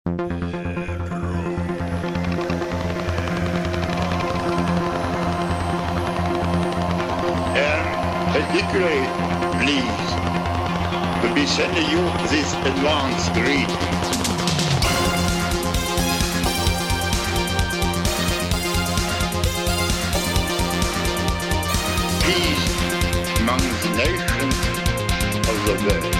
Particularly pleased to be sending you this advanced greeting. Peace among the nations of the world.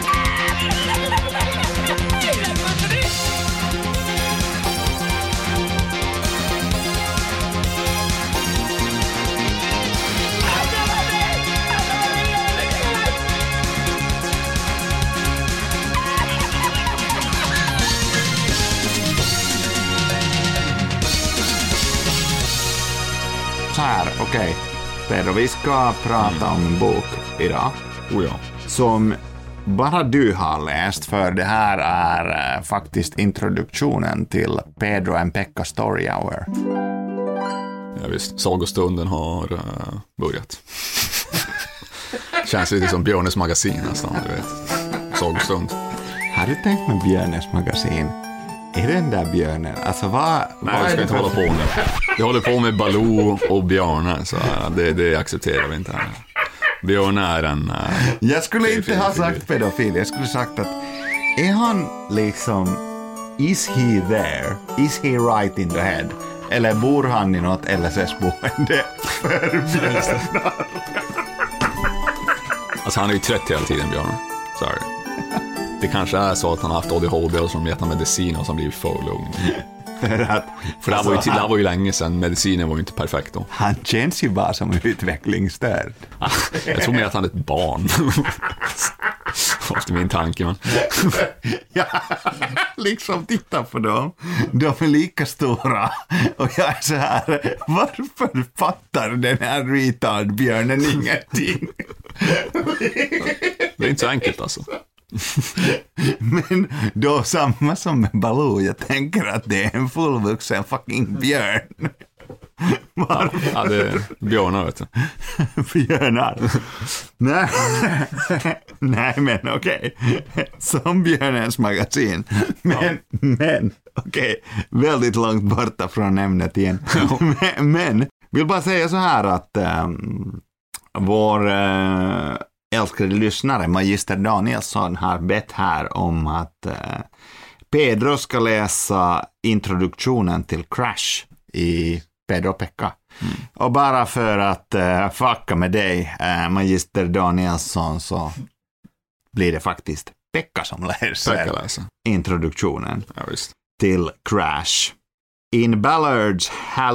Så här, okej. Pedro, vi ska prata om en bok idag. Oh ja. Som bara du har läst, för det här är faktiskt introduktionen till Pedro and Pekka Story Hour. Ja visst, sagostunden har börjat. Känns lite som Björnes magasin nästan, du vet. Sagostund. Har du tänkt med Björnes magasin? Är den där björnen? Alltså vad... Nej, jag ska inte hålla på med. Jag håller på med Baloo och Björne, så det accepterar vi inte här. Björn är en... jag skulle inte ha sagt pedofil. Jag skulle sagt att är han liksom... Is he there? Is he right in the head? Eller bor han i något LSS-boende för björnar? Alltså han är ju 30 hela tiden, Björn. Så är det. Det kanske är så att han har haft ADHD och som gett han medicin och som blivit för lugn. För det här var ju länge sedan. Medicinen var ju inte perfekt då. Han känns ju bara som utvecklingsstörd. Jag tror mer att han är ett barn. Efter min tanke, men... ja, liksom titta på dem. De är lika stora. Och jag är så här, varför fattar den här retardbjörnen ingenting? Det är inte så enkelt alltså. Men då samma som med Baloo, jag tänker att det är en fullvuxen fucking björn. Ja, det är björnar, vet du. Björnar. Nej, men okej. Som Björnens magasin. Men okej. Väldigt långt borta från ämnet igen. Men vill bara säga så här att vår älskade lyssnare Magister Danielsson har bett här om att Pedro ska läsa introduktionen till Crash i Pedro och Pekka. Och bara för att fucka med dig, Magister Danielsson, så blir det faktiskt Pekka som läser introduktionen till Crash. In Ballard's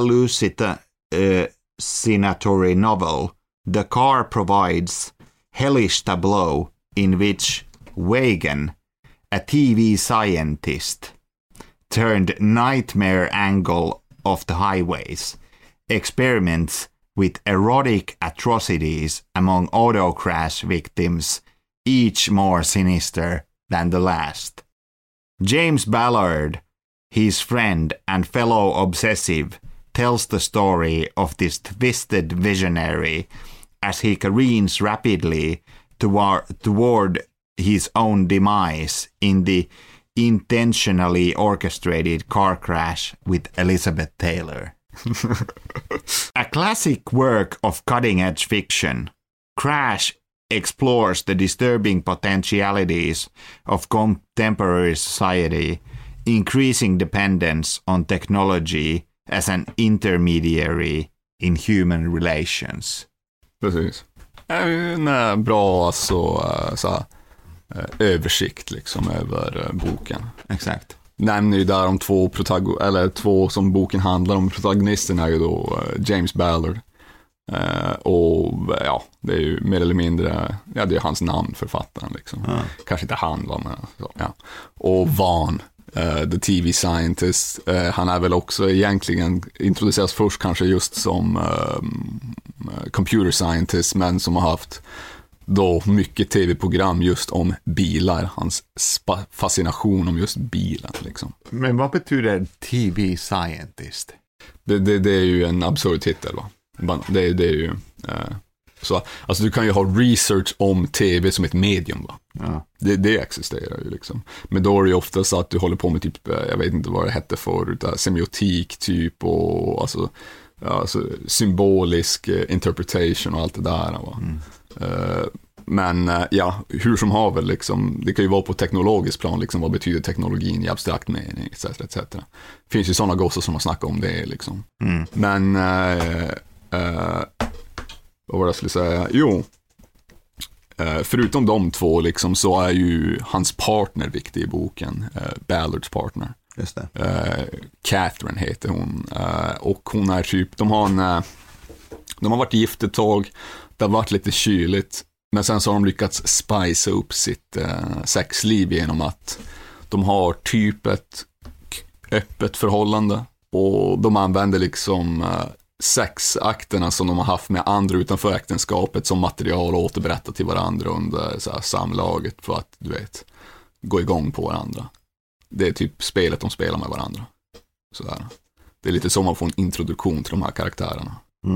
hallucinatory novel, the car provides hellish tableau in which Wagon, a TV scientist, turned nightmare angle of the highways, experiments with erotic atrocities among auto crash victims, each more sinister than the last. James Ballard, his friend and fellow obsessive, tells the story of this twisted visionary as he careens rapidly toward his own demise in the intentionally orchestrated car crash with Elizabeth Taylor. A classic work of cutting-edge fiction, Crash explores the disturbing potentialities of contemporary society, increasing dependence on technology as an intermediary in human relations. Precis. En bra alltså, översikt liksom över boken. Exakt. Nämner ju där om två som boken handlar om. Protagonisten är ju då James Ballard. Och ja, det är ju mer eller mindre, ja, det är hans namn, författaren liksom. Kanske inte han var, men så, ja. Och Vaughn, the TV scientist, han är väl också egentligen introduceras först kanske just som computer scientist, men som har haft då mycket tv-program just om bilar, hans fascination om just bilen liksom. Men vad betyder TV scientist? Det är ju en absurd titel, va? Det är ju Så alltså du kan ju ha research om tv som ett medium, va? Ja. Det existerar ju liksom. Men då är det ju ofta så att du håller på med typ, jag vet inte vad det hette förut, semiotik typ och alltså symbolisk interpretation och allt det där, va? Men ja, hur som haver liksom, det kan ju vara på teknologisk plan liksom, vad betyder teknologin i abstrakt mening etc. Det finns ju sådana gossar som har snackat om det liksom. Men vad var det jag skulle säga? Jo, förutom de två liksom, så är ju hans partner viktig i boken, Ballards partner. Just det. Catherine heter hon, och hon är typ, de har varit gift ett tag, det har varit lite kyligt, men sen så har de lyckats spicea upp sitt sexliv genom att de har typ ett öppet förhållande och de använder liksom sexakterna som de har haft med andra utanför äktenskapet som material och återberätta till varandra under så här samlaget för att, du vet, gå igång på varandra. Det är typ spelet de spelar med varandra. Sådär. Det är lite som man får en introduktion till de här karaktärerna.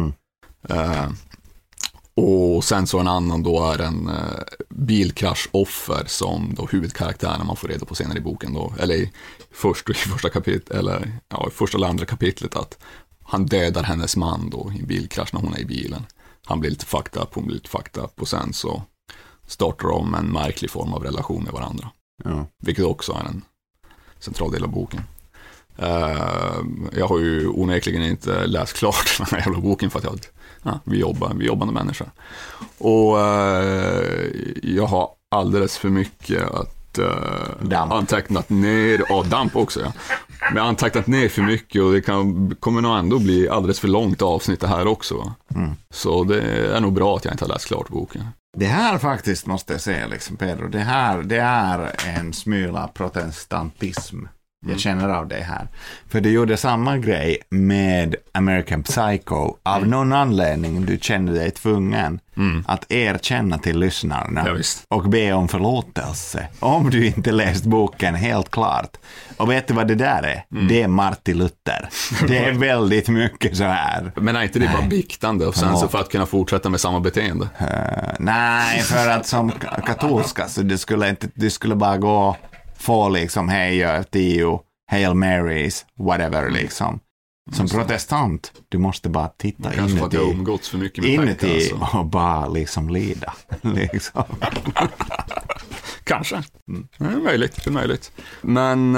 Och sen så en annan då är en bilkraschoffer som då huvudkaraktären man får reda på senare i boken då, eller i första kapitlet, eller ja, i första eller andra kapitlet, att han dödar hennes man då i en bilkrasch när hon är i bilen. Han blir lite fucked up, hon blir lite fucked up och sen så startar de en märklig form av relation med varandra. Ja. Vilket också är en central del av boken. Jag har ju onekligen inte läst klart den här jävla boken för att vi jobbande människor. Och jag har alldeles för mycket att antecknat ner, och damp också, ja. Men jag har antecknat ner för mycket och det kommer nog ändå bli alldeles för långt avsnitt det här också. Så det är nog bra att jag inte har läst klart boken. Det här faktiskt måste jag säga liksom, Pedro, det är en smula protestantism. Jag känner av det här. För du gjorde samma grej med American Psycho. Av någon anledning du kände dig tvungen att erkänna till lyssnarna och be om förlåtelse om du inte läst boken helt klart. Och vet du vad det där är? Det är Martin Luther. Det är väldigt mycket så här. Men är inte det bara biktande och sen så för att kunna fortsätta med samma beteende? Nej, för att som katolska så du skulle bara gå få liksom hej 10 Hail Marys, whatever liksom. Som protestant, du måste bara titta inuti och bara liksom lida. Liksom. Kanske. Det är möjligt. Men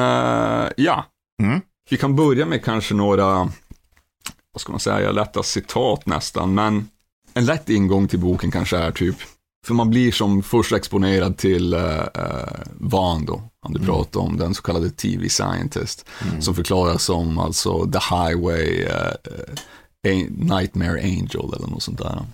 vi kan börja med kanske några, vad ska man säga, lätta citat nästan. Men en lätt ingång till boken kanske är typ, för man blir som först exponerad till Van då, om du pratar om den så kallade TV Scientist, som förklaras som alltså The Highway Nightmare Angel eller något sånt där.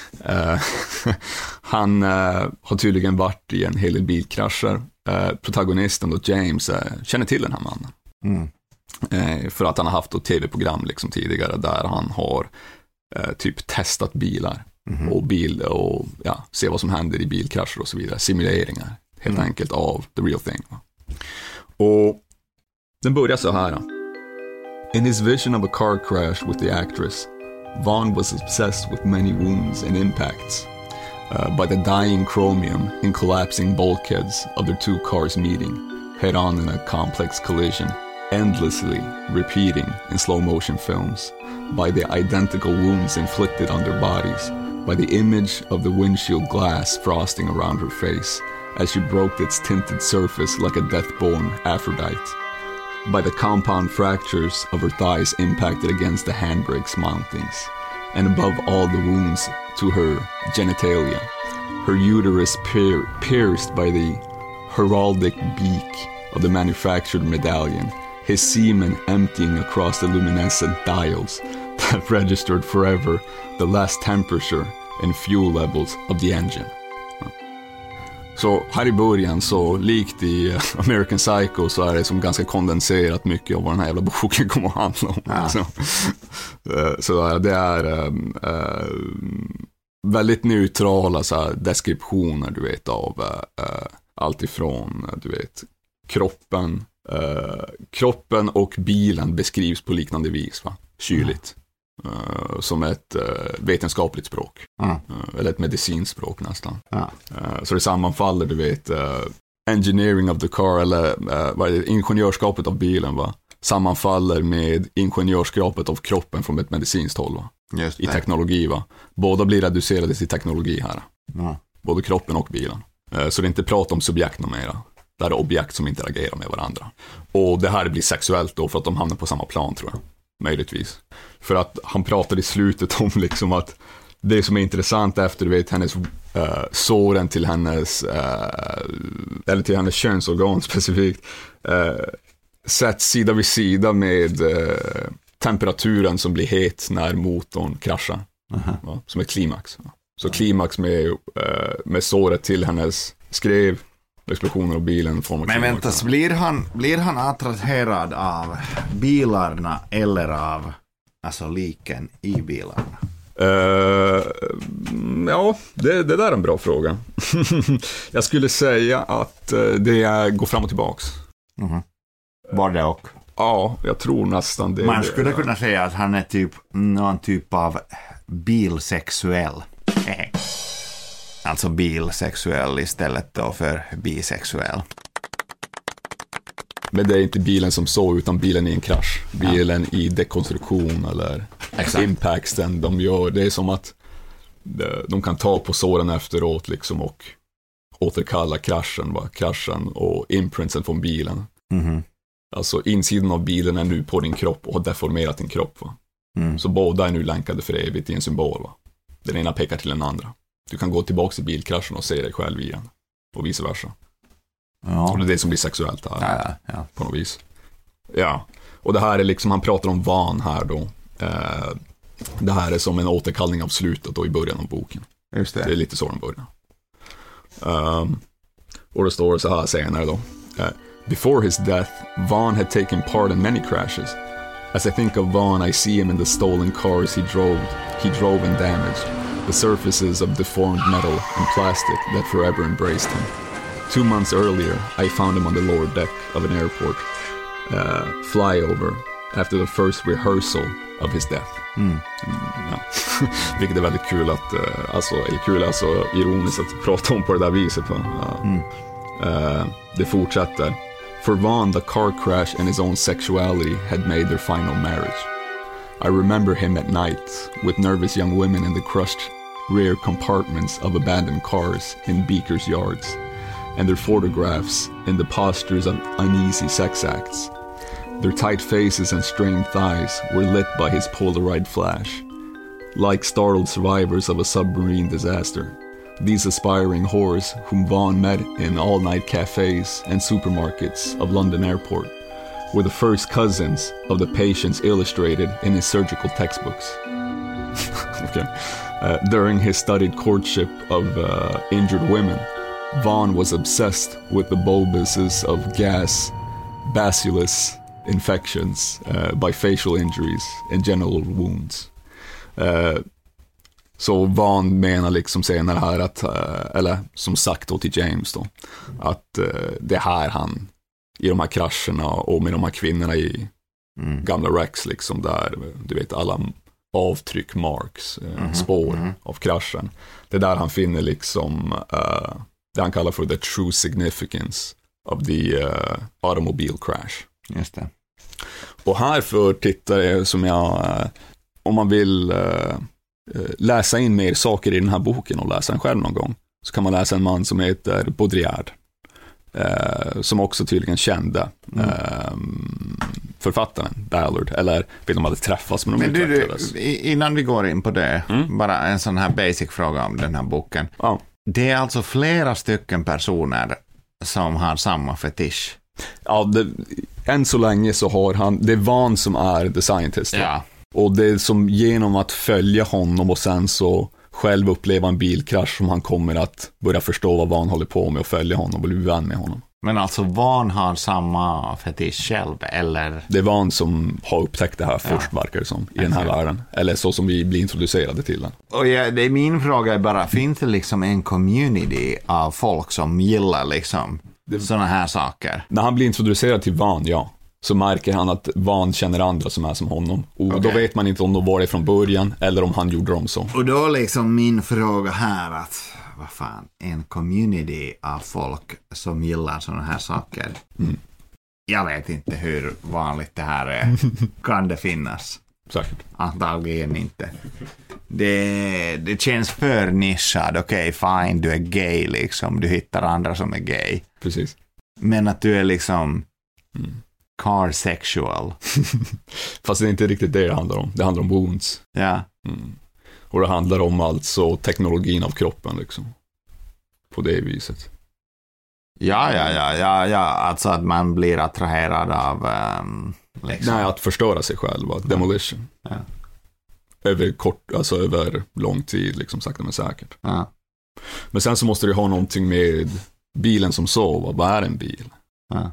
Han har tydligen varit i en hel del bilkrascher. Protagonisten då, James, känner till den här mannen. För att han har haft ett tv-program liksom tidigare där han har typ testat bilar. Och se vad som händer i bilkrascher och så vidare. Simuleringar helt enkelt av the real thing. Och den börjar så här. In his vision of a car crash with the actress, Vaughn was obsessed with many wounds and impacts by the dying chromium and collapsing bulkheads of their two cars meeting head on in a complex collision, endlessly repeating in slow motion films, by the identical wounds inflicted on their bodies, by the image of the windshield glass frosting around her face as she broke its tinted surface like a death-born Aphrodite, by the compound fractures of her thighs impacted against the handbrake's mountings, and above all the wounds to her genitalia, her uterus pierced by the heraldic beak of the manufactured medallion, his semen emptying across the luminescent dials that registered forever the last temperature and fuel levels of the engine. Så här i början, så likt i American Psycho, så är det som ganska kondenserat mycket av vad den här jävla boken kommer att handla om. Ja. Så det är väldigt neutrala så här deskriptioner, du vet, av allt ifrån, du vet, kroppen och bilen beskrivs på liknande vis, va? Kyligt. som ett vetenskapligt språk. Eller ett medicinskt språk nästan. Så det sammanfaller, du vet, engineering of the car, eller vad är det, ingenjörskapet av bilen, va? Sammanfaller med ingenjörskapet av kroppen från ett medicinskt håll, va? Just det. I teknologi, va? Båda blir reducerade till teknologi här. Både kroppen och bilen. Så det är inte prat om subjekt någon mera. Det är objekt som interagerar med varandra. Och det här blir sexuellt då för att de hamnar på samma plan, tror jag. Möjligtvis. För att han pratar i slutet om liksom att det som är intressant efter, du vet, hennes såren till hennes eller till hennes könsorgan specifikt sätts sida vid sida med temperaturen som blir het när motorn kraschar. Va? Som är klimax. Va? Så klimax med såret till hennes skrev, explosioner av bilen. Men vänta, blir han attraherad av bilarna eller av alltså liken i bilarna? Ja, det där är en bra fråga. Jag skulle säga att det går fram och tillbaks. Var det och? Ja, jag tror nästan det. Man skulle kunna säga att han är typ någon typ av bilsexuell. Alltså bilsexuell istället då för bisexuell. Men det är inte bilen som så, utan bilen i en krasch. Bilen i dekonstruktion eller impacten de gör. Det är som att de kan ta på såren efteråt liksom och återkalla kraschen och imprintsen från bilen. Alltså insidan av bilen är nu på din kropp och har deformerat din kropp, va? Så båda är nu länkade för evigt i en symbol, va? Den ena pekar till den andra. Du kan gå tillbaka till bilkraschen och se dig själv igen. Och vice versa. Och det är det som blir sexuellt här. På något vis. Ja. Och det här är liksom, han pratar om van här då. Det här är som en återkallning av slutet då i början av boken. Just det. Det är lite så den börjar. Och det står så här senare då. Before his death, Vaughn had taken part in many crashes. As I think of Vaughn, I see him in the stolen cars he drove and damaged, the surfaces of deformed metal and plastic that forever embraced him. 2 months earlier, I found him on the lower deck of an airport flyover after the first rehearsal of his death. Ja. Vilket är väldigt kul att, ironiskt att prata om på det där viset. Det fortsätter. For Vaughn, the car crash and his own sexuality had made their final marriage. I remember him at night, with nervous young women in the crushed rear compartments of abandoned cars in Beaker's yards, and their photographs in the postures of uneasy sex acts. Their tight faces and strained thighs were lit by his Polaroid flash. Like startled survivors of a submarine disaster, these aspiring whores whom Vaughn met in all-night cafes and supermarkets of London Airport were the first cousins of the patients illustrated in his surgical textbooks. During his studied courtship of injured women, Vaughn was obsessed with the bulbuses of gas, bacillus infections by facial injuries and genital wounds. Så Vaughn menar liksom senare här att, eller som sagt då till James då, att det här han, i de här krascherna och med de här kvinnorna i gamla Rex liksom, där du vet alla avtryck, marks, spår av kraschen. Det där han finner liksom det han kallar för the true significance of the automobile crash. Just det. Och här för tittare som jag, om man vill läsa in mer saker i den här boken och läsa den själv någon gång, så kan man läsa en man som heter Baudrillard, som också tydligen kände författaren Ballard, eller vet de hade träffats med men du, innan vi går in på det, bara en sån här basic fråga om den här boken. Det är alltså flera stycken personer som har samma fetisch. Ja, än så länge så har han, det är Vaughn som är the scientist. Ja. Och det är som genom att följa honom och sen så själv uppleva en bilkrasch som han kommer att börja förstå vad Vaughn håller på med och följa honom och bli vän med honom. Men alltså Vaughn har samma fetisch själv, eller? Det är Vaughn som har upptäckt det här först, verkar det som, i den här världen. Eller så som vi blir introducerade till den. Och det är min fråga är bara, finns det liksom en community av folk som gillar liksom sådana här saker? När han blir introducerad till Vaughn, ja, så märker han att Van känner andra som är som honom. Och då vet man inte om de var det från början eller om han gjorde dem så. Och då liksom min fråga här att, vad fan, en community av folk som gillar sådana här saker. Jag vet inte hur vanligt det här är. Kan det finnas? Säkert. Antagligen inte. Det känns för nischad. Okej, fine, du är gay liksom. Du hittar andra som är gay. Precis. Men att du är liksom car sexual. Fast det är inte riktigt det handlar om. Det handlar om wounds. Ja. Och det handlar om alltså teknologin av kroppen liksom. På det viset. Ja. Alltså att man blir attraherad av liksom. Nej, att förstöra sig själv. Demolition. Ja. Över lång tid liksom, sakta men säkert. Ja. Men sen så måste det ha någonting med bilen som så. Vad är en bil? Ja.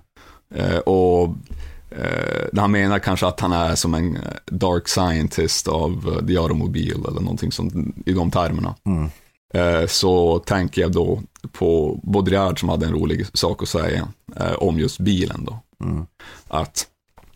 Han menar kanske att han är som en dark scientist av the automobil eller någonting sånt i de termerna. Så tänker jag då på Baudrillard som hade en rolig sak att säga om just bilen då. Att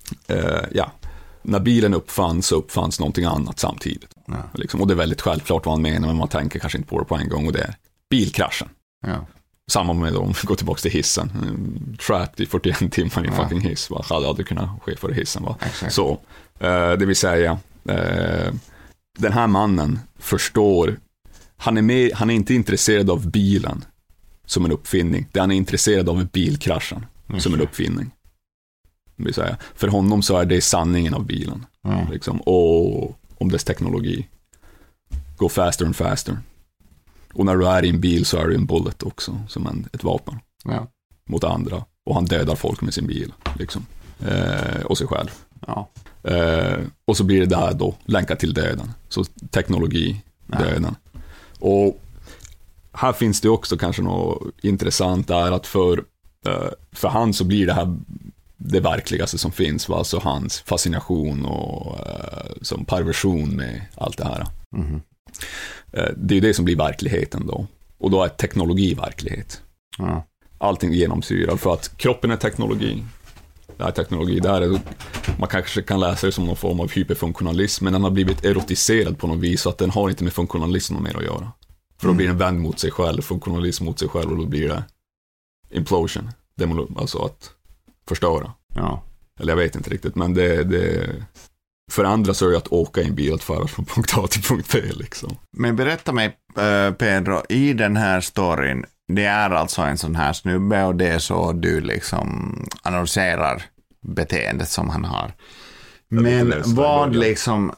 när bilen uppfanns så uppfanns någonting annat samtidigt. Liksom, och det är väldigt självklart vad han menar, men man tänker kanske inte på det på en gång, och det är bilkraschen. Ja. Samma med om vi går tillbaka till hissen. Trapped i 41 timmar i en fucking hiss. Va? Hade aldrig kunnat ske för hissen. Va? Exakt. Så, det vill säga, den här mannen förstår, han är inte intresserad av bilen som en uppfinning. Det han är intresserad av är bilkraschen som en uppfinning. Det vill säga, för honom så är det sanningen av bilen. Liksom, och om dess teknologi. Go faster and faster. Och när du är i en bil så är du en bullet också, som ett vapen mot andra. Och han dödar folk med sin bil liksom. Och sig själv. Och så blir det där då länkat till döden. Så teknologi, döden. Och här finns det också kanske något intressant är att för han så blir det här det verkligaste som finns, va? Alltså hans fascination och som perversion med allt det här. Det är ju det som blir verkligheten då. Och då är teknologi verklighet. Allting genomsyrar, för att kroppen är teknologi. Det här teknologi, man kanske kan läsa det som någon form av hyperfunktionalism, men den har blivit erotiserad på något vis, så att den har inte med funktionalism mer att göra. För då blir den vänd mot sig själv, funktionalism mot sig själv, och då blir det implosion, alltså att förstöra. Eller jag vet inte riktigt, men det för andra så är det att åka i en bil, att föra från punkt A till punkt B liksom. Men berätta mig, Pedro, i den här storyn, det är alltså en sån här snubbe, och det är så du liksom annonserar beteendet som han har. Men vad liksom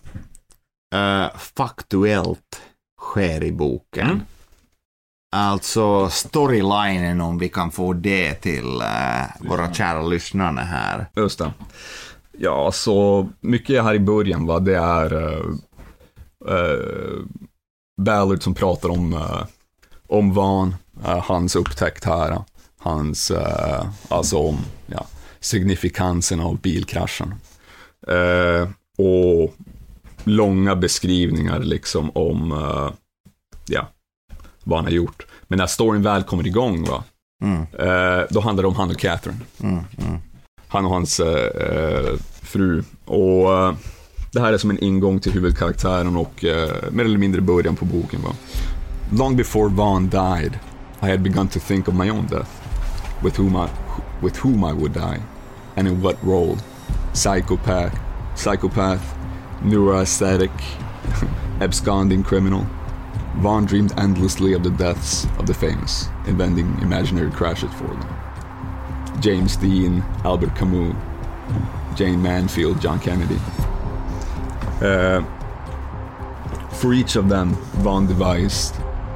faktuellt sker i boken? Alltså storylinen, om vi kan få det till våra kära lyssnare här. Just det. Ja, så mycket här i början, va, det är Ballard som pratar om Van, hans upptäckt här, hans alltså om signifikansen av bilkraschen, och långa beskrivningar liksom om vad han har gjort. Men när storyn väl kommer igång, va, då handlar det om han och Catherine. Han och hans fru. Och det här är som en ingång till huvudkaraktären och mer eller mindre början på boken, va. Long before Van died, I had begun to think of my own death, with whom I would die, and in what role. Psychopath, neuroaesthetic, absconding criminal. Van dreamed endlessly of the deaths of the famous, inventing imaginary crashes for them. James Dean, Albert Camus, Jane Mansfield, John Kennedy. For each of them, Van devised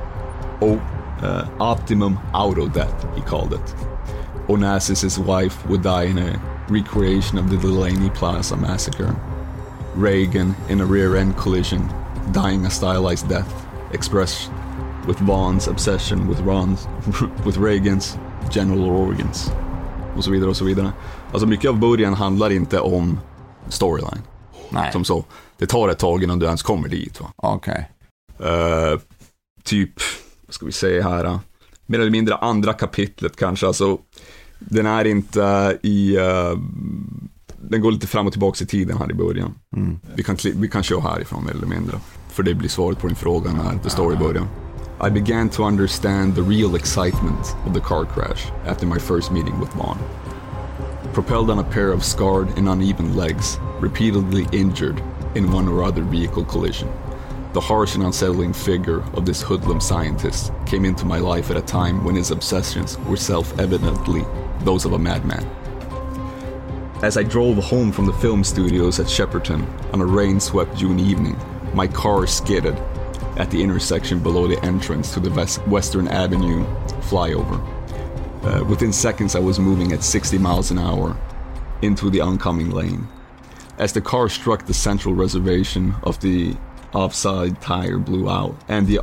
optimum auto death, he called it. Onassis' wife would die in a recreation of the Delaney Plaza massacre. Reagan, in a rear-end collision, dying a stylized death, expressed with Van's obsession with Reagans general organs. Och så vidare och så vidare. Alltså mycket av början handlar inte om storyline. Nej. Som så. Det tar ett tag innan du ens kommer dit, va? Okej. Typ, vad ska vi säga här? Mer eller mindre andra kapitlet kanske. Alltså, den är inte i den går lite fram och tillbaka i tiden här i början. Vi kan köra härifrån mer eller mindre. För det blir svaret på din fråga när det står i början. I began to understand the real excitement of the car crash after my first meeting with Vaughn. Propelled on a pair of scarred and uneven legs, repeatedly injured in one or other vehicle collision, the harsh and unsettling figure of this hoodlum scientist came into my life at a time when his obsessions were self-evidently those of a madman. As I drove home from the film studios at Shepperton on a rain-swept June evening, my car skidded at the intersection below the entrance to the Western Avenue flyover. Within seconds, I was moving at 60 miles an hour into the oncoming lane. As the car struck the central reservation of the offside tire blew out,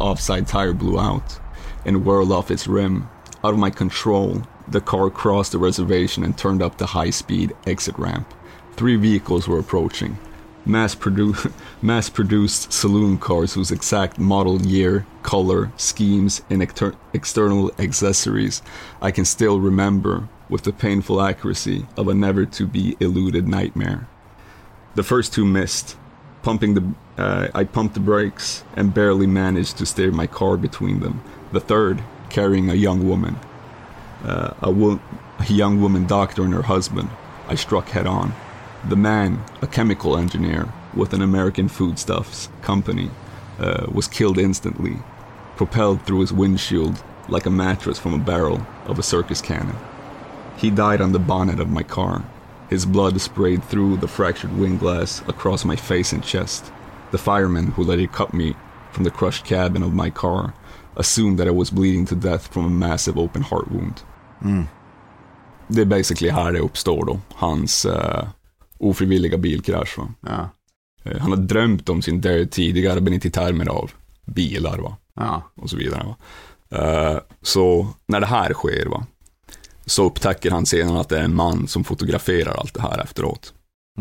and whirled off its rim. Out of my control, the car crossed the reservation and turned up the high-speed exit ramp. 3 vehicles were approaching. Mass-produced saloon cars whose exact model year, color, schemes, and external accessories I can still remember with the painful accuracy of a never-to-be-eluded nightmare. The first 2 missed. I pumped the brakes and barely managed to steer my car between them. The third, carrying a young woman, a young woman doctor and her husband, I struck head-on. The man, a chemical engineer with an American foodstuffs company, was killed instantly, propelled through his windshield like a mattress from a barrel of a circus cannon. He died on the bonnet of my car. His blood sprayed through the fractured winglass across my face and chest. The fireman who later cut me from the crushed cabin of my car assumed that I was bleeding to death from a massive open heart wound. Det är basically här det uppstår då. Hans ofrivilliga bilkrasch. Va? Ja. Han har drömt om sin död tidigare, men inte i termer av bilar, va? Ja. Och så vidare. Va? Så när det här sker, va, så upptäcker han sedan att det är en man som fotograferar allt det här efteråt.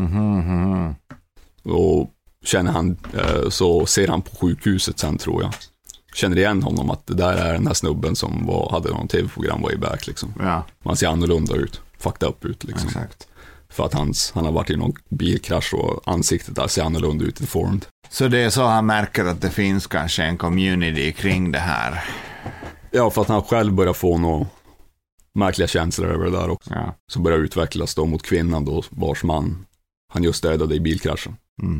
Och känner han, så ser han på sjukhuset sen, tror jag. Känner igen honom, att det där är den här snubben som hade någon tv-program way back liksom. Ja. Man ser annorlunda ut, fucked up ut liksom. Exakt. För att han har varit i någon bilkrasch och ansiktet där ser annorlunda ut, deformed. Så det är så han märker att det finns kanske en community kring det här. Ja, för att han själv börjar få några märkliga känslor över det där också. Ja. Så börjar utvecklas då mot kvinnan då, vars man han just dödade i bilkraschen.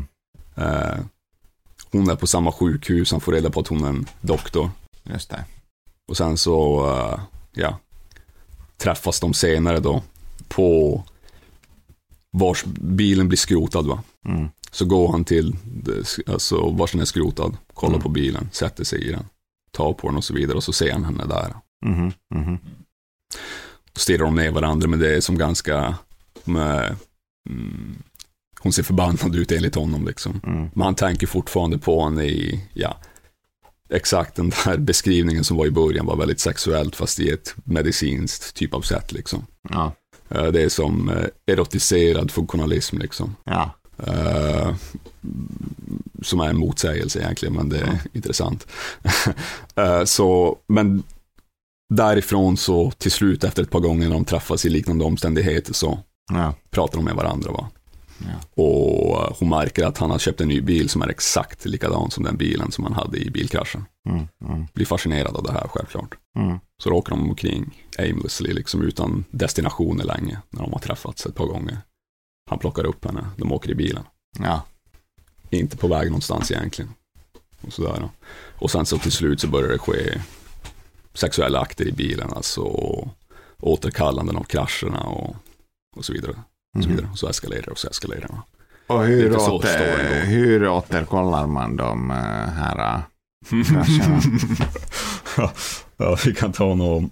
Hon är på samma sjukhus, han får reda på att hon är en doktor. Just det. Och sen så träffas de senare då på vars bilen blir skrotad, va? Så går han till alltså vars den är skrotad, kollar på bilen, sätter sig i den, tar på den och så vidare, och så ser han henne där. Och stirrar de ner varandra, men det är som ganska hon ser förbannad ut enligt honom liksom. Men han tänker fortfarande på henne i, exakt den där beskrivningen som var i början, var väldigt sexuellt fast i ett medicinskt typ av sätt liksom. Ja. Det är som erotiserad funktionalism liksom. Ja. Som är en motsägelse egentligen, men det är intressant. Så, men därifrån så till slut efter ett par gånger när de träffas i liknande omständigheter så pratar de med varandra, va? Ja. Och hon märker att han har köpt en ny bil som är exakt likadan som den bilen som han hade i bilkraschen. Blir fascinerad av det här självklart. Så åker de omkring aimlessly liksom, utan destinationer länge när de har träffats ett par gånger. Han plockar upp henne, de åker i bilen. Ja. Inte på väg någonstans egentligen. Och sådär då. Och sen så till slut så börjar det ske sexuella akter i bilen, alltså återkallanden av krascherna och så vidare. Och så vidare. Och så eskalerar det. Och hur återkollar man de här krascherna? Ja, vi kan ta några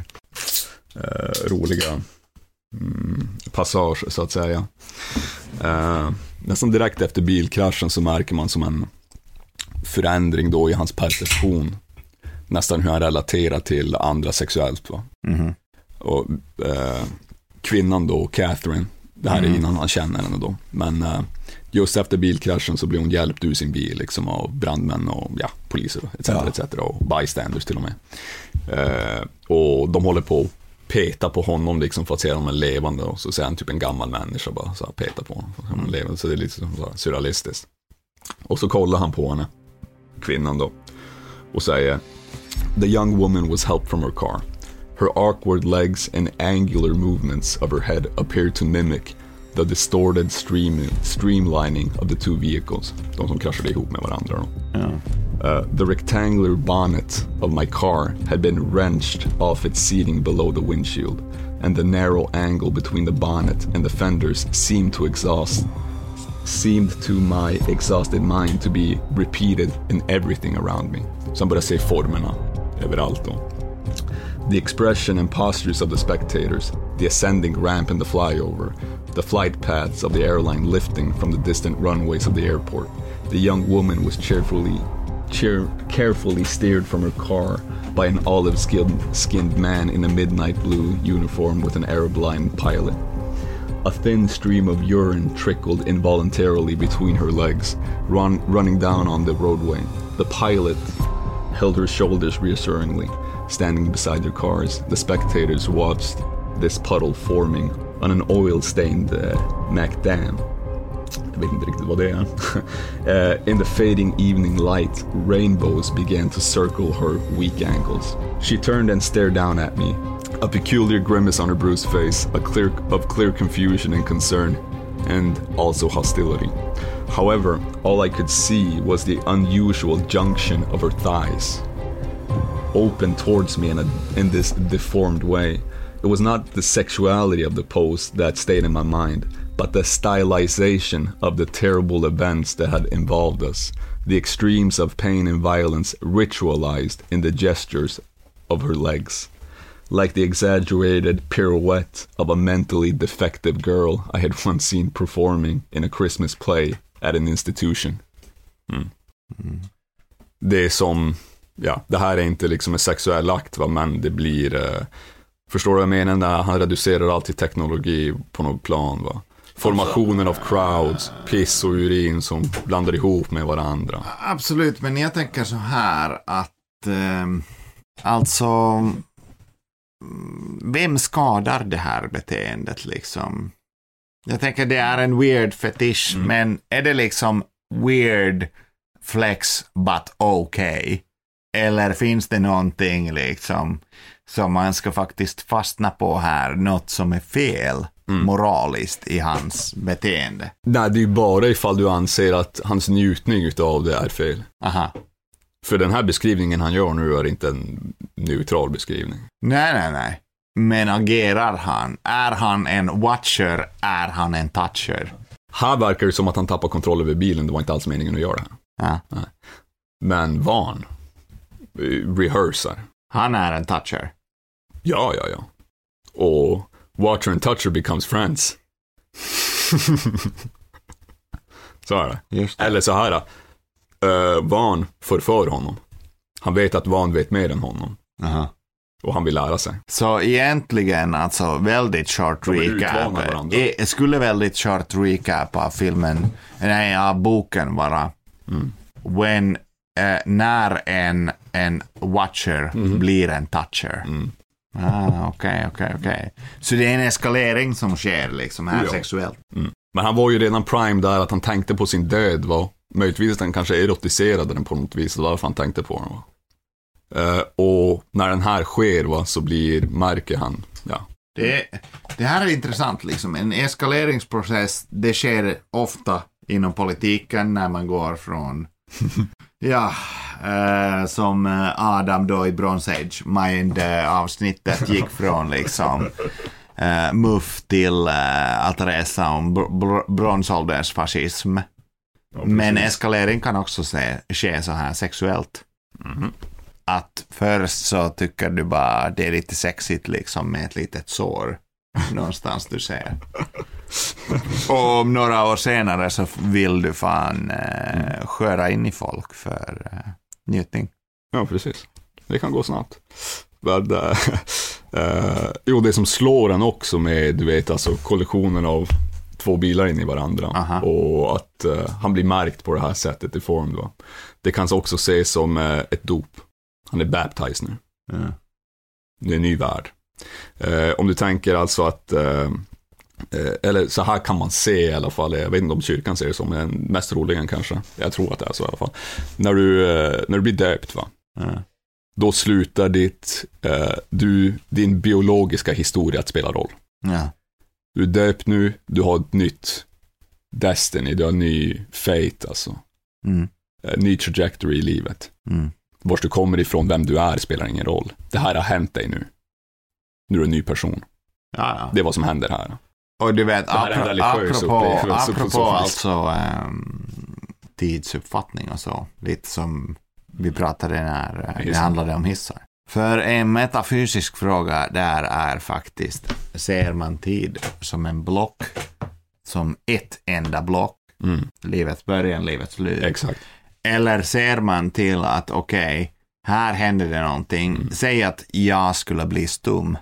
roliga passage så att säga. Nästan direkt efter bilkraschen så märker man som en förändring då i hans perception, nästan hur han relaterar till andra sexuellt, va? Och kvinnan då, Catherine, det här är innan han känner henne då, men just efter bilkraschen så blir hon hjälpt ur sin bil liksom, av brandmän och poliser etc. och bystanders till och med. Och de håller på petar på honom liksom för att se om han är levande, och så ser han typ en gammal människa bara så här, petar på honom för att han är levande, så det är lite så här surrealistiskt. Och så kollar han på henne, kvinnan då, och säger: "The young woman was helped from her car. Her awkward legs and angular movements of her head appeared to mimic the distorted streamlining of the two vehicles." De som kraschade ihop med varandra då. The rectangular bonnet of my car had been wrenched off its seating below the windshield, and the narrow angle between the bonnet and the fenders seemed to my exhausted mind to be repeated in everything around me. Så han börjar se formerna överallt då. The expression and postures of the spectators, the ascending ramp and the flyover, the flight paths of the airline lifting from the distant runways of the airport. The young woman was carefully steered from her car by an olive-skinned man in a midnight blue uniform with an Arab-line pilot. A thin stream of urine trickled involuntarily between her legs, running down on the roadway. The pilot held her shoulders reassuringly, standing beside their cars. The spectators watched this puddle forming on an oil-stained macadam. Jag vet inte riktigt vad det är. In the fading evening light, rainbows began to circle her weak ankles. She turned and stared down at me, a peculiar grimace on her bruised face, of clear confusion and concern, and also hostility. However, all I could see was the unusual junction of her thighs, open towards me in this deformed way. It was not the sexuality of the pose that stayed in my mind, but the stylization of the terrible events that had involved us, the extremes of pain and violence ritualized in the gestures of her legs, like the exaggerated pirouette of a mentally defective girl I had once seen performing in a Christmas play at an institution. Det är som, ja, det här är inte liksom en sexuell akt, va, men det blir, förstår du vad jag menar, när han reducerar allt till teknologi på något plan, va? Formationen av crowds, piss och urin som blandar ihop med varandra. Absolut, men jag tänker så här att alltså vem skadar det här beteendet liksom? Jag tänker det är en weird fetisch, men är det liksom weird flex but okay? Eller finns det någonting liksom som man ska faktiskt fastna på här, något som är fel moraliskt i hans beteende? Nej, det är ju bara ifall du anser att hans njutning utav det är fel. Aha. För den här beskrivningen han gör nu är inte en neutral beskrivning. Nej. Men agerar han? Är han en watcher? Är han en toucher? Här verkar det som att han tappar kontroll över bilen. Det var inte alls meningen att göra det. Ja. Nej. Men Vaughn rehearsar. Han är en toucher. Ja. Och watcher and toucher becomes friends. Så är det. Just det. Eller så här. Vaughn förför honom. Han vet att Vaughn vet mer än honom. Aha. Och han vill lära sig. Så egentligen alltså väldigt short recap. Jag skulle väldigt short recap av filmen, nej, av boken vara. När en watcher blir en toucher. Okej. Så det är en eskalering som sker liksom här sexuellt. Men han var ju redan prime där att han tänkte på sin död, va? Möjligtvis att han kanske erotiserade den på något vis, och därför han tänkte på den, va? Och när den här sker, va, så märker han, ja. Det här är intressant liksom. En eskaleringsprocess, det sker ofta inom politiken när man går från som Adam då i Bronze Age Mind-avsnittet gick från liksom muff till att resa om bronsålderns fascism. Ja, men eskalering kan också ske så här sexuellt. Att först så tycker du bara det är lite sexigt liksom med ett litet sår någonstans du ser. Och om några år senare så vill du fan sköra in i folk för njutning. Ja, precis. Det kan gå snabbt. Det som slår en också med, du vet, alltså kollisionen av två bilar in i varandra. Aha. Och att han blir märkt på det här sättet i form då. Det kan också ses som ett dop. Han är baptized nu. Det är en ny värld. Om du tänker alltså att eller så här kan man se i alla fall, jag vet inte om kyrkan ser det som, men mest troligen kanske, jag tror att det är så i alla fall, när du blir döpt, va? Då slutar din biologiska historia att spela roll. Du är döpt nu, du har ett nytt destiny, du har en ny fate, alltså ny trajectory i livet. Vart du kommer ifrån, vem du är, spelar ingen roll. Det här har hänt dig nu är du en ny person. Det är vad som händer här. Och du vet, apropå alltså tidsuppfattning och så, lite som vi pratade när det handlade om hissar. För en metafysisk fråga där är faktiskt, ser man tid som en block, som ett enda block, livets början, livets slut? Exakt. Eller ser man till att okej, här händer det någonting, säg att jag skulle bli stum.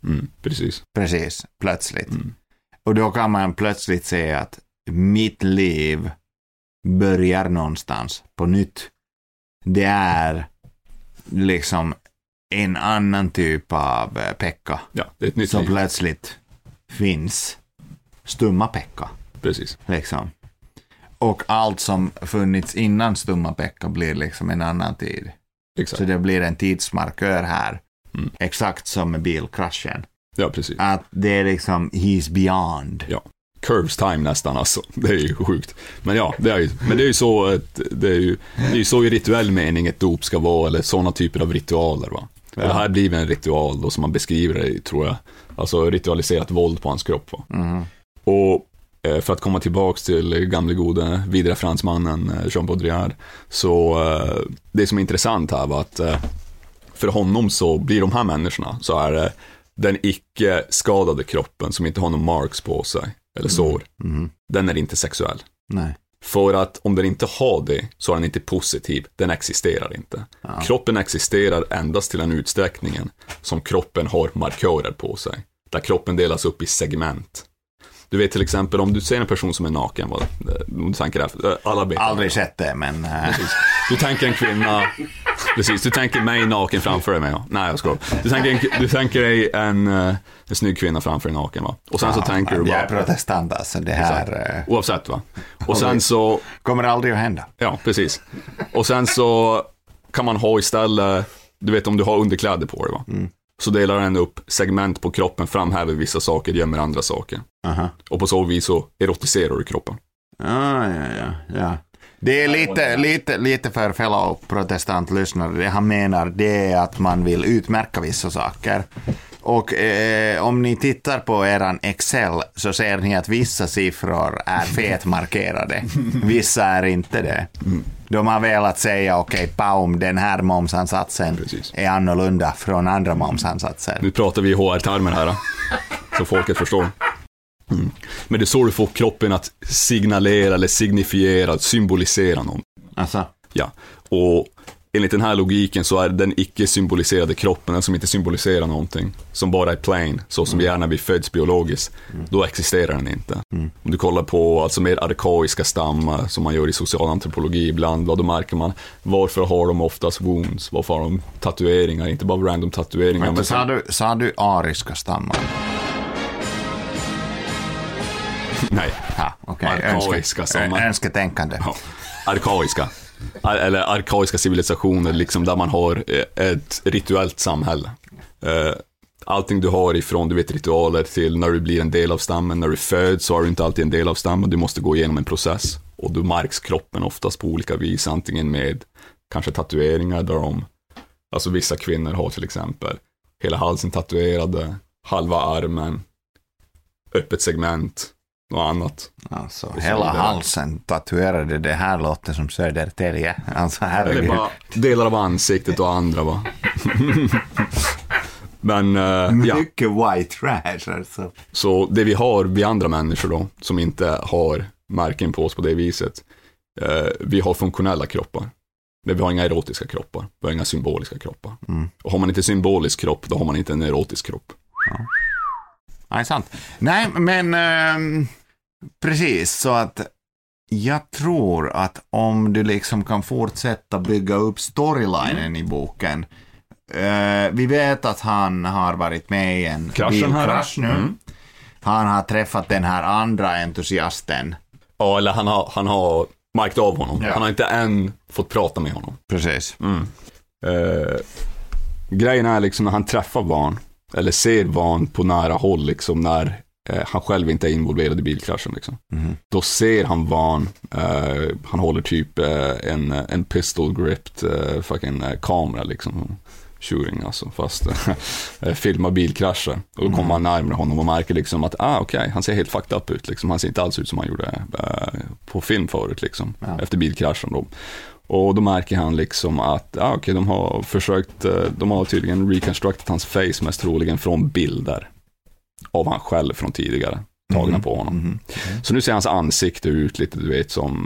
Precis, plötsligt. Och då kan man plötsligt säga att mitt liv börjar någonstans på nytt. Det är liksom en annan typ av Pekka. Ja, det är ett nytt som liv. Plötsligt finns stumma Pekka. Precis. Liksom. Och allt som funnits innan stumma Pekka blir liksom en annan tid. Exakt. Så det blir en tidsmarkör här. Exakt som med bilkraschen. Ja, precis. Att det är liksom he's beyond. Ja. Curves time nästan, alltså. Det är ju sjukt. Men ja, det är ju så att det är ju så i rituell mening ett dop ska vara, eller sådana typer av ritualer, va. Ja. Och det här blir en ritual då, som man beskriver det, tror jag. Alltså ritualiserat våld på hans kropp, va. Och för att komma tillbaks till gamle gode vidare fransmannen Jean Baudrillard, så det som är intressant här var att för honom så blir de här människorna, så är det den icke skadade kroppen som inte har någon marks på sig eller sår, den är inte sexuell. Nej. För att om den inte har det, så är den inte positiv, den existerar inte. Kroppen existerar endast till den utsträckningen som kroppen har markörer på sig, där kroppen delas upp i segment. Du vet till exempel om du ser en person som är naken, vad du tänker där, alla vet. Aldrig sett det, men du tänker en kvinna, precis, du tänker mig naken framför dig, ja. Nej, jag skojar. Du tänker dig en snygg kvinna framför dig naken, va? Och sen så tänker du bara, jag är protestant, alltså det här oavsett, va? Och sen så kommer aldrig att hända. Ja, precis. Och sen så kan man ha istället, du vet om du har underkläder på dig, va? Så delar den upp segment på kroppen, framhäver vissa saker, gömmer andra saker. Och på så vis så erotiserar du kroppen. Ja. Det är lite för fellow protestantlyssnare. Det han menar, det är att man vill utmärka vissa saker. Och om ni tittar på eran Excel så ser ni att vissa siffror är fetmarkerade. Vissa är inte det. De har velat säga okej, paum, den här momsansatsen är annorlunda från andra momsansatser. Nu pratar vi i HR-termer här, så folket förstår. Men det är så du får kroppen att signalera eller signifiera, symbolisera någon. Alltså. Ja, och enligt den här logiken så är den icke symboliserade kroppen, den som inte symboliserar någonting, som bara är plain, så som hjärnan vi föds biologiskt, då existerar den inte. Om du kollar på alltså mer arkaiska stammar som man gör i social antropologi ibland, då märker man varför har de oftast wounds, varför har de tatueringar, inte bara random tatueringar. Men sa du ariska stammar? Nej. Okay. Arkaiska stammar. Önsketänkande. Ja. Arkaiska. Eller arkaiska civilisationer, liksom, där man har ett rituellt samhälle. Allting du har ifrån, du vet, ritualer till när du blir en del av stammen. När du föds så är du inte alltid en del av stammen, du måste gå igenom en process. Och du märks kroppen oftast på olika vis, antingen med kanske tatueringar där alltså vissa kvinnor har till exempel hela halsen tatuerade, halva armen, öppet segment och annat. Alltså, hela halsen tatuerade, det här låter som Södertälje. Alltså, eller bara delar av ansiktet och andra, va? Men mycket white trash alltså. Så det vi har, vi andra människor då, som inte har märken på oss på det viset, vi har funktionella kroppar. Men vi har inga erotiska kroppar, vi har inga symboliska kroppar. Och har man inte symbolisk kropp, då har man inte en erotisk kropp. Nej, sant. Nej, men precis, så att jag tror att om du liksom kan fortsätta bygga upp storylinen i boken vi vet att han har varit med i en bilkrasch nu. Han har träffat den här andra entusiasten. Ja, eller han har märkt av honom. Han har inte än fått prata med honom. Precis. Grejen är liksom när han träffar Vaughn, eller ser Vaughn på nära håll liksom, när han själv inte är involverad i bilkraschen liksom. Då ser han Vaughn, han håller typ en pistol gripped fucking kamera liksom, shooting alltså, fast filmar bilkrascher. Och då kommer han närmare honom och märker liksom att okej, han ser helt fucked up ut liksom. Han ser inte alls ut som han gjorde på film förut liksom, efter bilkraschen då. Och då märker han liksom att de har tydligen reconstructat hans face mest troligen från bilder av han själv från tidigare tagna på honom. Så nu ser hans ansikte ut lite, du vet, som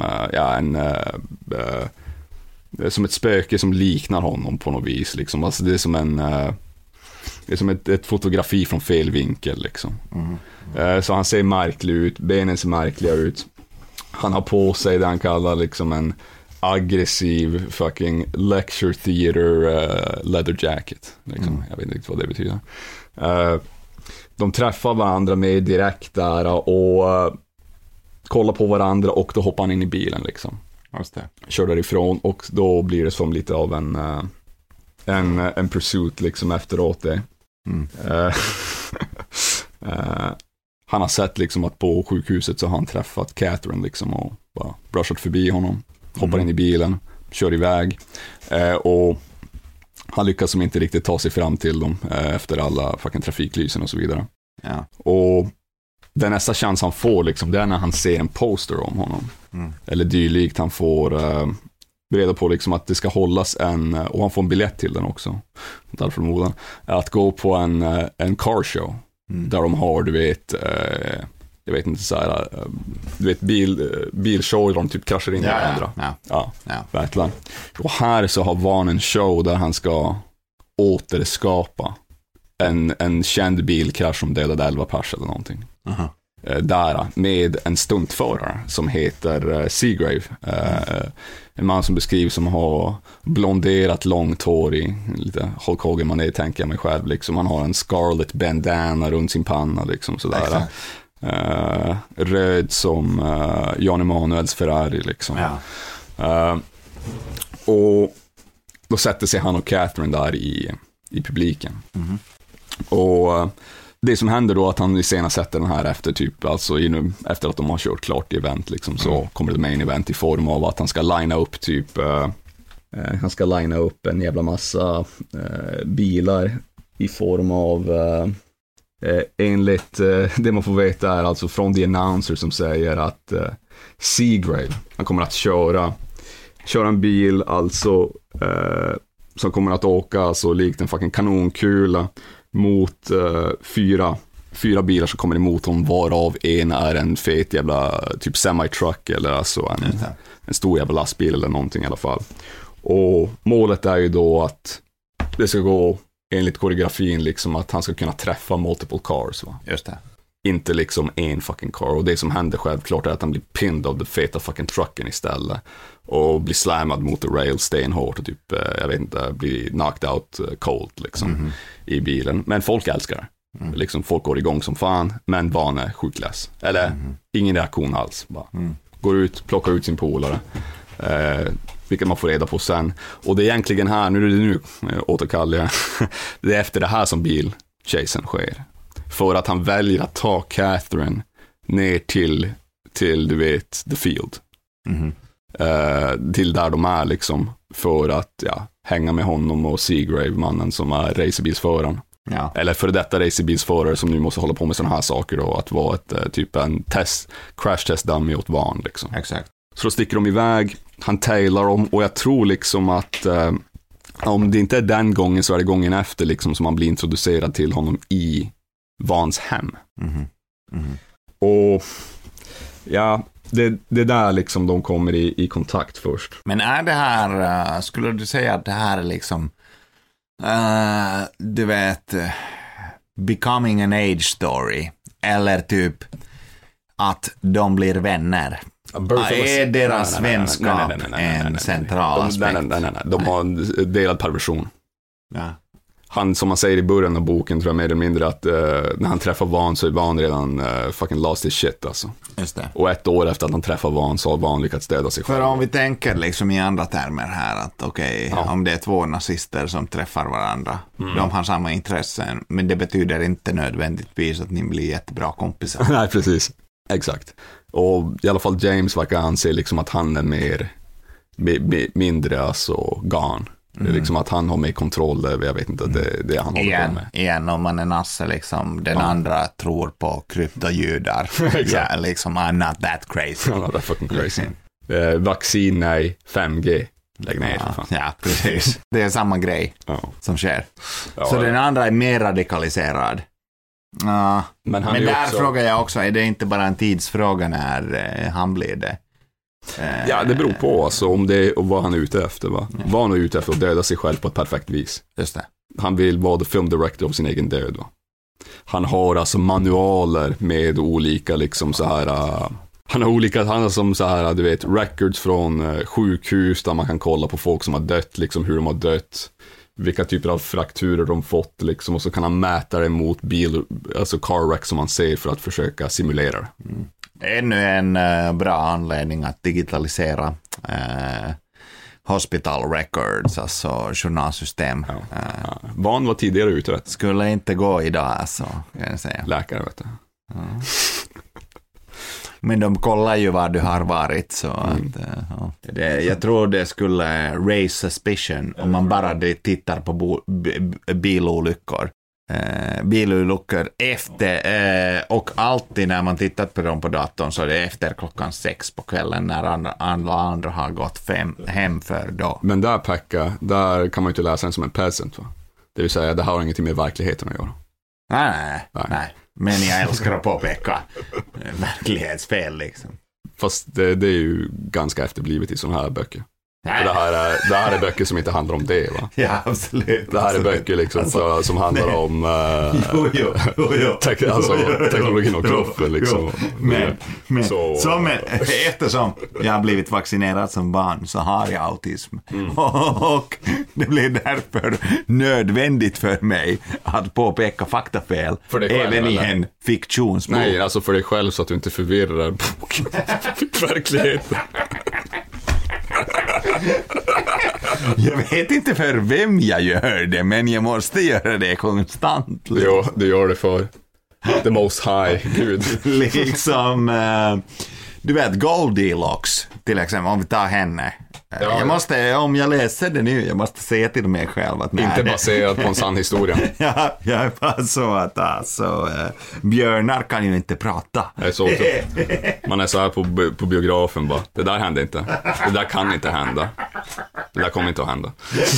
som ett spöke som liknar honom på något vis liksom. Alltså det är som ett fotografi från fel vinkel liksom. Så han ser märklig ut, benen ser märkliga ut. Han har på sig det han kallar liksom en aggressiv fucking lecture theater leather jacket liksom. Jag vet inte vad det betyder. De träffar varandra med direkt där och kollar på varandra, och då hoppar han in i bilen liksom. Just det. Kör därifrån, och då blir det som lite av en pursuit liksom efteråt det. Han har sett liksom att på sjukhuset så har han träffat Catherine liksom, och bara brushat förbi honom, hoppar in i bilen, kör iväg, och han lyckas som inte riktigt ta sig fram till dem efter alla fucking trafiklysen och så vidare. Och den nästa chans han får liksom, det är när han ser en poster om honom. Eller dylikt. Han får reda på liksom att det ska hållas och han får en biljett till den också. Därför förmodan att gå på en car show där de har, du vet, jag vet inte så här, du vet, bilshow där de typ kraschar in i varandra. Ja, verkligen. Och här så har Vaughn en show där han ska återskapa en känd bilkrasch som dödade 11 pers eller någonting. Där med en stuntförare som heter Seagrave, en man som beskrivs som har blonderat långt hår i lite Hulk Hogan-manér, tänker jag mig själv liksom. Han har en scarlet bandana runt sin panna liksom, sådär. Röd som Jan Emanuels Ferrari liksom. Och då sätter sig han och Catherine där i publiken. Och det som händer då att han senare sätter den här efter typ, alltså efter att de har kört klart i event liksom, så kommer det main event i form av att han ska linea upp typ han ska linea upp en jävla massa bilar i form av enligt det man får veta är alltså från the announcer som säger att Seagrave, han kommer att köra en bil alltså som kommer att åka alltså likt en fucking kanonkula mot fyra bilar som kommer emot honom, varav en är en fet jävla typ semi-truck eller alltså en stor jävla lastbil eller någonting i alla fall. Och målet är ju då att det ska gå enligt koreografin liksom, att han ska kunna träffa multiple cars, va? Just det. Inte liksom en fucking car. Och det som händer självklart är att han blir pinned av den feta fucking trucken istället. Och blir slammad mot the rail stenhårt och typ, jag vet inte, blir knocked out cold liksom i bilen. Men folk älskar det. Liksom, folk går igång som fan, men Vaughn är sjuklös. Eller ingen reaktion alls. Bara. Går ut, plockar ut sin polare. Vilket man får reda på sen. Och det är egentligen här, nu återkallar jag. Det är efter det här som bilchasen sker. För att han väljer att ta Catherine ner till du vet, the field. Till där de är liksom, för att hänga med honom och Seagrave, mannen som är racerbilsföraren. Ja. Eller för detta racerbilsförare som nu måste hålla på med sådana här saker då, att vara ett typ en crash test dummy åt Vaughn liksom. Exakt. Så då sticker de iväg, han tailar dem, och jag tror liksom att om det inte är den gången så är det gången efter liksom som man blir introducerad till honom i Vaughns hem. Och det där liksom de kommer i kontakt först. Men är det här, skulle du säga att det här är liksom du vet, becoming an age story, eller typ att de blir vänner? Är deras vänskap en central aspekt? Nej. De har en delad perversion. han, som man säger i början av boken, tror jag mer eller mindre att när han träffar Vaughn så är Vaughn redan fucking lost his shit alltså. Just det. Och 1 år efter att han träffar Vaughn så har Vaughn lyckats döda sig själv. För om vi tänker liksom i andra termer här att om det är 2 nazister som träffar varandra, de har samma intressen, men det betyder inte nödvändigtvis att ni blir jättebra kompisar. Nej, precis. Exakt. Och i alla fall James verkar anse liksom att han är mindre alltså gone. Det är liksom att han har mer kontroll över, jag vet inte, det han håller på med. Igen, om man är nasse liksom, den andra tror på kryptojudar. Ja, liksom, I'm not that crazy. I'm not that fucking crazy. Vaccin, nej, 5G. Lägg ner för fan. Ja, precis. Det är samma grej som sker. Så den andra är mer radikaliserad. Men där också... frågar jag också, är det inte bara en tidsfråga när han blir det? Ja, det beror på alltså, om det och vad han är ute efter, va? Vad han är ute efter att döda sig själv på ett perfekt vis. Just det. Han vill vara the film director av sin egen död, va? Han har alltså manualer med olika liksom så här han har som så här, du vet, records från sjukhus där man kan kolla på folk som har dött, liksom hur de har dött, vilka typer av frakturer de fått liksom, och så kan han mäta det mot alltså car wreck som man ser för att försöka simulera det. Ännu en bra anledning att digitalisera hospital records, alltså journalsystem. Van var tidigare utrett. Skulle inte gå idag alltså, kan jag säga. Läkare, vet du. Men de kollar ju var du har varit, så att, jag tror det skulle raise suspicion om man bara tittar på bilolyckor. Bilolyckor efter och alltid när man tittat på dem på datorn så är det efter 6:00 på kvällen när alla andra har gått hem för då. Men där kan man ju inte läsa den som en peasant, va? Det vill säga, det har ingenting med verkligheten att göra. Nej. Men jag älskar att påpeka verklighetsfel liksom. Fast det är ju ganska efterblivet i sådana här böcker. För det här är böcker som inte handlar om det, va? Ja, absolut. Det här är böcker liksom alltså, som handlar om teknologin och kroppen liksom. Eftersom jag har blivit vaccinerad som barn så har jag autism. Och det blir därför nödvändigt för mig att påpeka faktafel även i en fiktionsbok. Nej, alltså för dig själv så att du inte förvirrar verkligheten. Jag vet inte för vem jag gör det, men jag måste göra det konstant. Jo, du gör det för the most high, Gud. Liksom, du vet, Goldilocks till exempel, om vi tar henne. Ja. Jag måste, om jag läser det nu, jag måste säga till mig själv att nej, inte baserat på en sann historia. Ja, jag är bara så att alltså, björnar kan ju inte prata. Det är så. Man är så här på biografen bara, det där hände inte. Det där kan inte hända. Det där kommer inte att hända.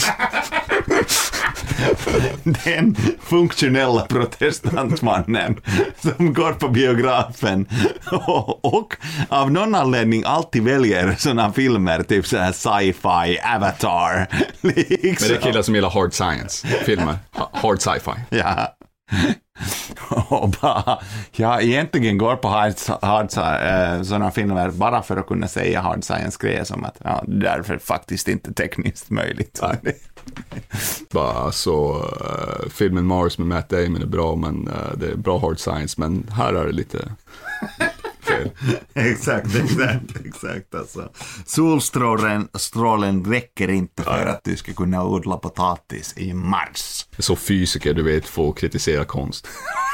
Den funktionella protestantmannen som går på biografen och av någon anledning alltid väljer sådana filmer, typ så här sci-fi, Avatar liksom. Men det är killar som gillar hard science filmer, hard sci-fi. Ja. Och bara, jag egentligen går på sådana filmer bara för att kunna säga hard science-grejer som att därför faktiskt inte tekniskt möjligt. Bara så filmen Mars med Matt Damon är bra, men det är bra hard science, men här är det lite fel. Exakt alltså. Solstrålen räcker inte för att du ska kunna odla potatis i Mars. Så fysiker, du vet, får kritisera konst.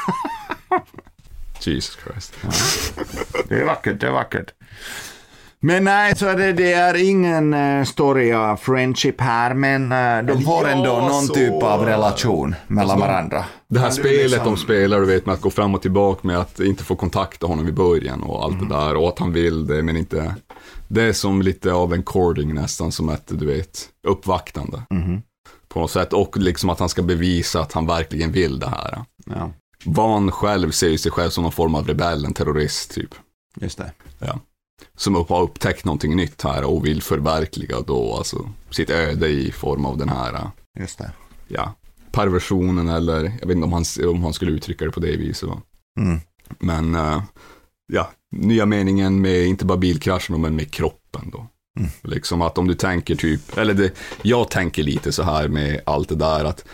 Jesus Christ. Det är vackert. Men nej, så det är ingen story av friendship här, men de får ändå någon typ av relation mellan varandra. Det här spelet de spelar, du vet, med att gå fram och tillbaka, med att inte få kontakta honom i början och allt det där, och att han vill det, men inte. Det är som lite av en courting, nästan som ett, du vet, uppvaktande. På något sätt, och liksom att han ska bevisa att han verkligen vill det här. Ja. Van själv ser ju sig själv som någon form av rebell, en terrorist typ. Just det. Ja. Som har upptäckt någonting nytt här och vill förverkliga då alltså sitt öde i form av den här. Just det. Ja, perversionen, eller jag vet inte om han skulle uttrycka det på det viset, va? Men ja, nya meningen med inte bara bilkraschen men med kroppen då. Liksom att om du tänker typ, eller jag tänker lite så här med allt det där, att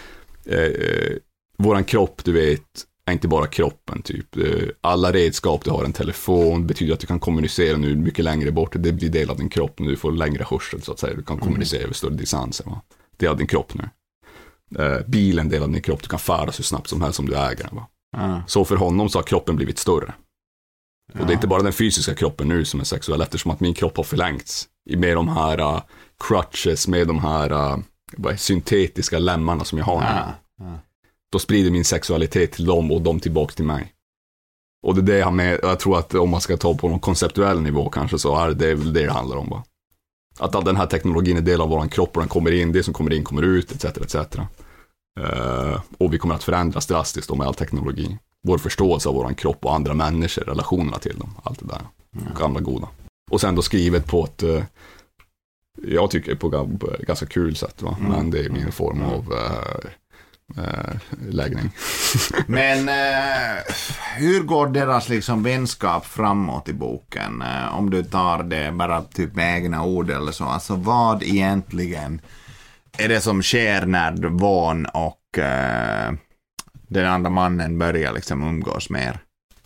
våran kropp, du vet, är inte bara kroppen typ. Alla redskap, du har en telefon, betyder att du kan kommunicera nu mycket längre bort. Det blir del av din kropp när du får längre hörsel så att säga. Du kan kommunicera över större distanser. Va? Det är av din kropp nu. Bilen del av din kropp, du kan färdas hur snabbt som helst som du äger den. Va? Så för honom så har kroppen blivit större. Och det är inte bara den fysiska kroppen nu som är sexuell, eftersom att min kropp har förlängts med de här crutches, med de här syntetiska lemmarna som jag har nu. Då sprider min sexualitet till dem och de tillbaka till mig. Och det är det jag med, jag tror att om man ska ta på någon konceptuell nivå kanske, så är det väl det handlar om. Va? Att all den här teknologin är del av våran kropp och den kommer in, det som kommer in kommer ut, etc. Och vi kommer att förändras drastiskt med all teknologi. Vår förståelse av våran kropp och andra människor, relationerna till dem, allt det där. Gamla goda. Och sen då skrivet på ett, jag tycker på ganska kul sätt, va? Men det är min form av läggning. Men hur går deras liksom vänskap framåt i boken? Om du tar det bara typ med egna ord eller så. Alltså vad egentligen är det som sker när Vaughn och den andra mannen börjar liksom umgås mer?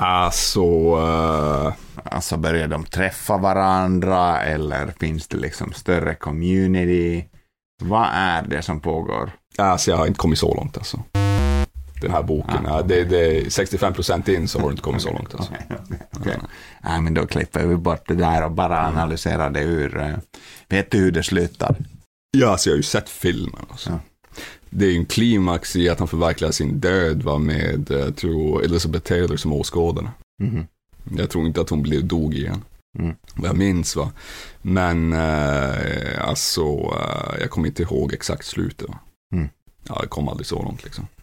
Alltså börjar de träffa varandra eller finns det liksom större community? Vad är det som pågår? Alltså jag har inte kommit så långt alltså. Den här boken, det är 65% in så har du inte kommit så långt alltså. Okay. Ja, men då klipper vi bort det där och bara analyserar det ur. Vet du hur det slutar? Ja, alltså jag har ju sett filmen alltså. Ja. Det är ju en klimax i att han förverkligar sin död, va, med tror Elizabeth Taylor som åskådare. Jag tror inte att hon blev dog igen. Vad jag minns, va. Men alltså jag kommer inte ihåg exakt slutet, va. Ja, jag kom aldrig så långt liksom.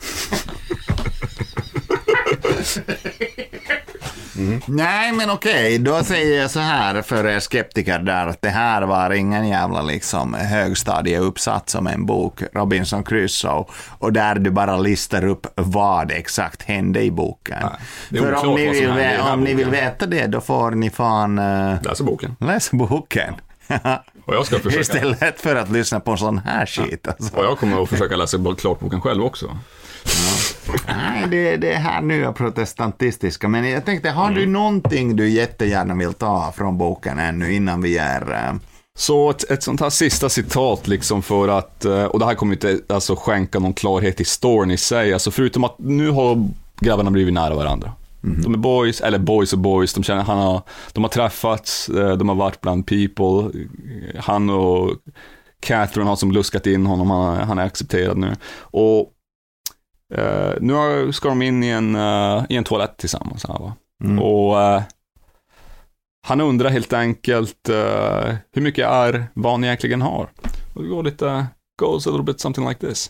Nej, men okej, då säger jag så här för er skeptiker där att det här var ingen jävla liksom högstadieuppsats som en bok, Robinson Crusoe, och där du bara listar upp vad exakt hände i boken. Nej, för om ni vill veta det, då får ni fan läsa boken. Och jag ska försöka. Istället för att lyssna på en sån här shit. Alltså. Och jag kommer att försöka läsa klart boken själv också. Nej, det är här nya protestantistiska. Men jag tänkte, har du någonting du jättegärna vill ta från boken ännu innan vi är... Så ett sånt här sista citat liksom för att, och det här kommer inte alltså skänka någon klarhet i storyn i sig, alltså förutom att nu har grabbarna blivit nära varandra. De är boys, eller boys och boys, de känner, de har träffats, de har varit bland people, han och Catherine har som luskat in honom, han är accepterad nu, och nu ska de in i en toalett tillsammans här, va? Och han undrar helt enkelt hur mycket är vad ni egentligen har. Och det går lite, goes a little bit something like this.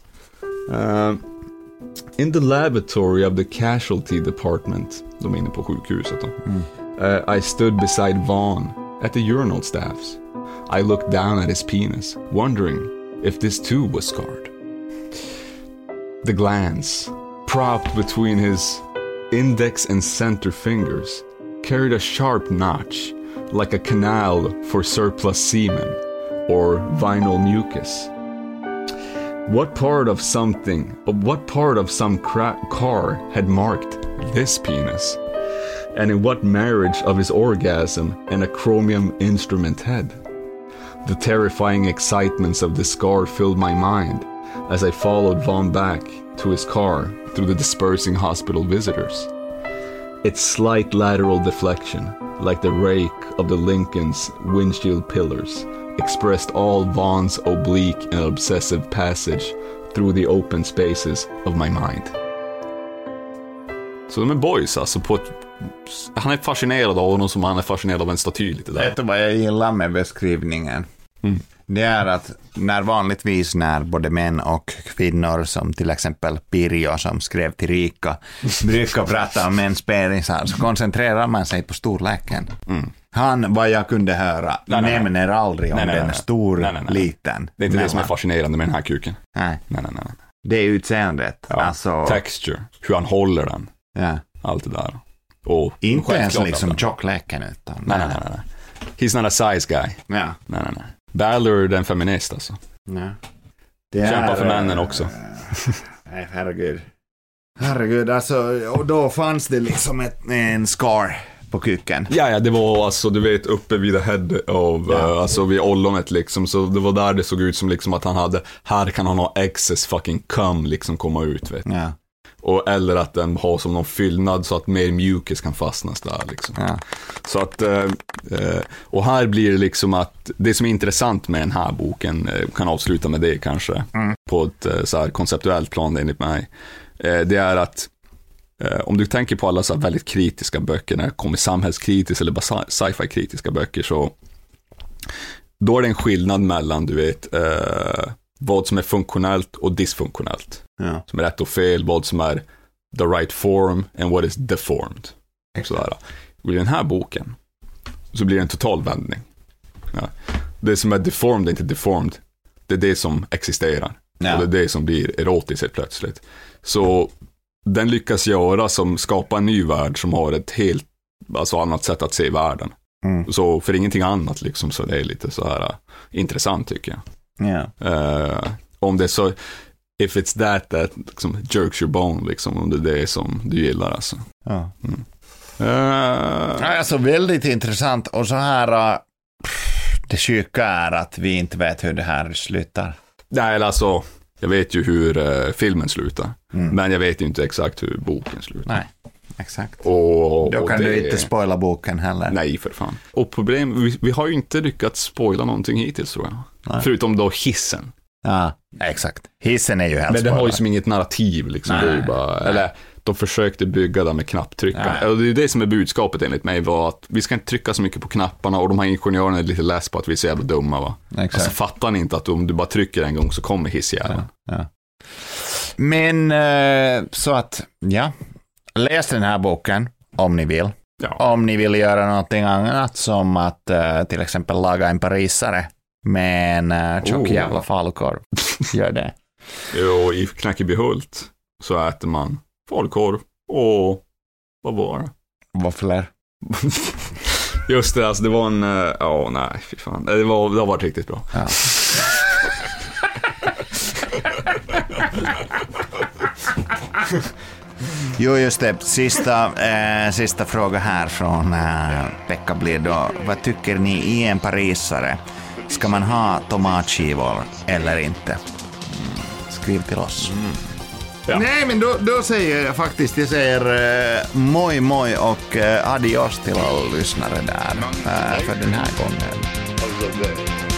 In the lavatory of the casualty department, de är inne på sjukhuset då. I stood beside Vaughn at the urinal staffs. I looked down at his penis, wondering if this too was scarred. The glands, propped between his index and center fingers, carried a sharp notch, like a canal for surplus semen or vinyl mucus. What part of some car had marked this penis? And in what marriage of his orgasm and a chromium instrument head? The terrifying excitements of the scar filled my mind as I followed Vaughn back to his car through the dispersing hospital visitors. Its slight lateral deflection, like the rake of the Lincoln's windshield pillars, expressed all Vaughn's oblique and obsessive passage through the open spaces of my mind. Så de är boys alltså, han är fascinerad av honom som han är fascinerad av en staty lite där. Vet du vad jag gillar med beskrivningen? Det är att vanligtvis när både män och kvinnor, som till exempel Pirjo som skrev till Rika, brukar prata om mäns penisar, så koncentrerar man sig på storleken. Han, vad jag kunde höra, nämner aldrig om den är stor, liten. Det är inte det som är fascinerande med den här kuken. Nej. Det är utseendet. Ja, alltså... texture, hur han håller den. Ja. Allt det där. Och inte ens liksom tjockleken utan. Nej. He's not a size guy. Ja. Nej. Ballard är en feminist alltså. Ja. Kämpar för männen också. Nej, herregud, alltså, och då fanns det liksom en scar på kuken. Ja, det var alltså, du vet, uppe vid the head of, alltså vid ollonet liksom, så det var där det såg ut som liksom att han hade, här kan han ha excess fucking cum liksom komma ut, vet du. Ja. Och, eller att den har som någon fyllnad så att mer mjukis kan fastnas där liksom. Ja. Så att, och här blir det liksom att det som är intressant med den här boken, kan avsluta med det kanske, på ett så här konceptuellt plan enligt mig, det är att om du tänker på alla så här väldigt kritiska böcker, när det kommer samhällskritiskt eller bara sci-fi kritiska böcker, så då är det en skillnad mellan, du vet, vad som är funktionellt och dysfunktionellt. Ja. Som är rätt och fel, vad som är the right form and what is deformed. Sådär. Och i den här boken så blir det en total vändning. Ja. Det som är deformed är inte deformed. Det är det som existerar. Ja. Och det är det som blir erotiskt helt plötsligt. Så den lyckas göra som skapa en ny värld som har ett helt annat sätt att se världen. Så för ingenting annat liksom, så det är lite så här intressant tycker jag. Ja. Om det är så, if it's that liksom jerks your bone liksom, om det är det som du gillar alltså. Ja. Alltså väldigt intressant, och så här det sjuka är att vi inte vet hur det här slutar. Nej, alltså jag vet ju hur filmen slutar, men jag vet ju inte exakt hur boken slutar. Nej, exakt. Och då kan det... du inte spoila boken heller. Nej, för fan. Och problem, vi har ju inte lyckats spoila någonting hittills, tror jag. Nej. Förutom då hissen. Ja, exakt. Hissen är ju helt men det har ju spoilad. som inget narrativ liksom. Det är ju bara, eller de försökte bygga det med knapptryckare. Och det är ju det som är budskapet enligt mig, var att vi ska inte trycka så mycket på knapparna, och de här ingenjörerna är lite less på att vi är så jävla dumma, va? Exakt. Alltså fattar ni inte att om du bara trycker en gång så kommer hissjäveln? Ja. Men så att, ja, läs den här boken om ni vill. Ja. Om ni vill göra någonting annat, som att till exempel laga en parisare med en tjock jävla falukorv. Gör det. Jo, i Knäckebihult så äter man falukorv och vad var det? Våfflor. Just det, alltså det var en, nej, fy fan. Det har varit riktigt bra. Ja. Jo, just det. Sista fråga här från Pekka blir då: vad tycker ni i en parisare? Ska man ha tomatskivor eller inte? Skriv till oss. Ja. Nej, men då säger jag faktiskt, moi moi och adios till alla lyssnare där för den här gången. Of the day.